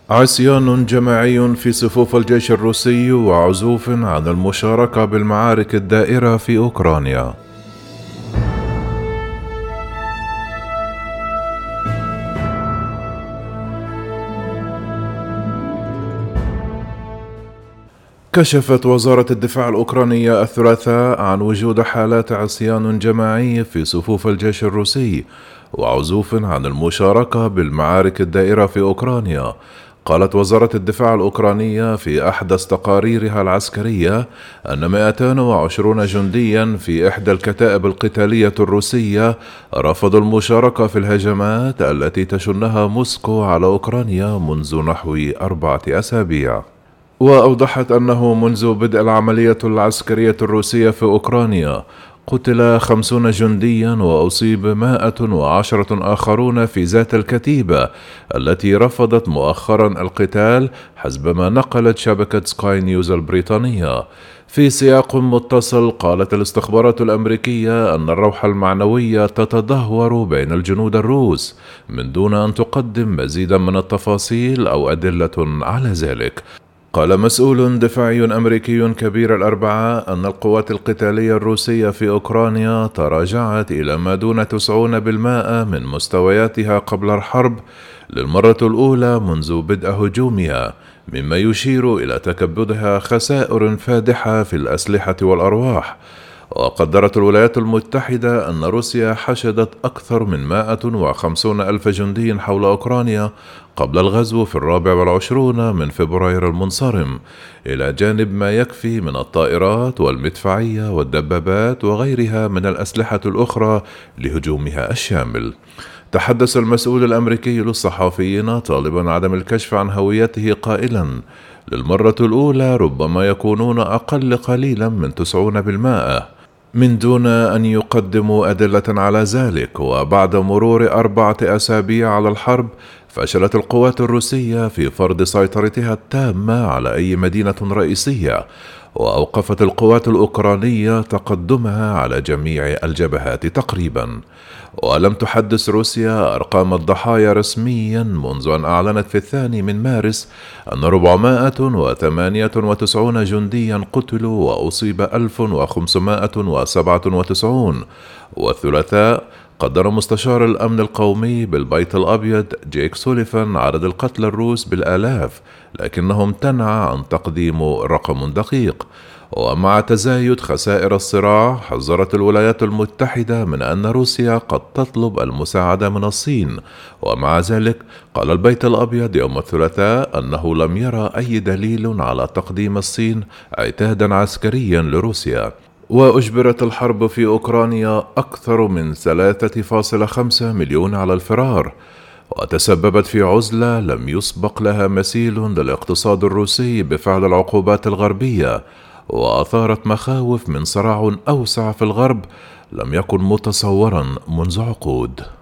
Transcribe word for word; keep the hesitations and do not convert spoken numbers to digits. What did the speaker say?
عصيان جماعي في صفوف الجيش الروسي وعزوف عن المشاركة بالمعارك الدائرة في أوكرانيا. كشفت وزارة الدفاع الأوكرانية الثلاثاء عن وجود حالات عصيان جماعي في صفوف الجيش الروسي وعزوف عن المشاركة بالمعارك الدائرة في أوكرانيا. قالت وزارة الدفاع الأوكرانية في أحدث تقاريرها العسكرية أن مئتين وعشرين جنديا في إحدى الكتائب القتالية الروسية رفضوا المشاركة في الهجمات التي تشنها موسكو على أوكرانيا منذ نحو أربعة أسابيع. وأوضحت أنه منذ بدء العملية العسكرية الروسية في أوكرانيا قتل خمسون جنديا وأصيب مائة وعشرة آخرون في ذات الكتيبة التي رفضت مؤخرا القتال حسب ما نقلت شبكة سكاي نيوز البريطانية. في سياق متصل قالت الاستخبارات الأمريكية أن الروح المعنوية تتدهور بين الجنود الروس من دون أن تقدم مزيدا من التفاصيل أو أدلة على ذلك. قال مسؤول دفاعي أمريكي كبير الأربعاء أن القوات القتالية الروسية في أوكرانيا تراجعت إلى ما دون تسعين بالمائة من مستوياتها قبل الحرب للمرة الأولى منذ بدء هجومها، مما يشير إلى تكبدها خسائر فادحة في الأسلحة والأرواح. وقدرت الولايات المتحدة أن روسيا حشدت أكثر من مائة وخمسين ألف جندي حول أوكرانيا قبل الغزو في الرابع والعشرون من فبراير المنصرم، إلى جانب ما يكفي من الطائرات والمدفعية والدبابات وغيرها من الأسلحة الأخرى لهجومها الشامل. تحدث المسؤول الأمريكي للصحفيين طالبا عدم الكشف عن هويته قائلا: للمرة الأولى ربما يكونون أقل قليلا من تسعون بالمائة، من دون أن يقدموا أدلة على ذلك. وبعد مرور أربعة أسابيع على الحرب فشلت القوات الروسية في فرض سيطرتها التامة على أي مدينة رئيسية، وأوقفت القوات الأوكرانية تقدمها على جميع الجبهات تقريبا. ولم تحدث روسيا أرقام الضحايا رسميا منذ أن أعلنت في الثاني من مارس أن أربعمائة وثمانية وتسعين جنديا قتلوا وأصيب ألف وخمسمائة وسبعة وتسعون. والثلاثاء قدر مستشار الأمن القومي بالبيت الأبيض جيك سوليفان عدد القتلى الروس بالآلاف، لكنه امتنع عن تقديم رقم دقيق. ومع تزايد خسائر الصراع حذرت الولايات المتحدة من أن روسيا قد تطلب المساعدة من الصين، ومع ذلك قال البيت الأبيض يوم الثلاثاء أنه لم يرى أي دليل على تقديم الصين عتادا عسكريا لروسيا. وأجبرت الحرب في أوكرانيا أكثر من ثلاثة فاصلة خمسة مليون على الفرار، وتسببت في عزلة لم يسبق لها مثيل للاقتصاد الروسي بفعل العقوبات الغربية، وأثارت مخاوف من صراع أوسع في الغرب لم يكن متصورا منذ عقود.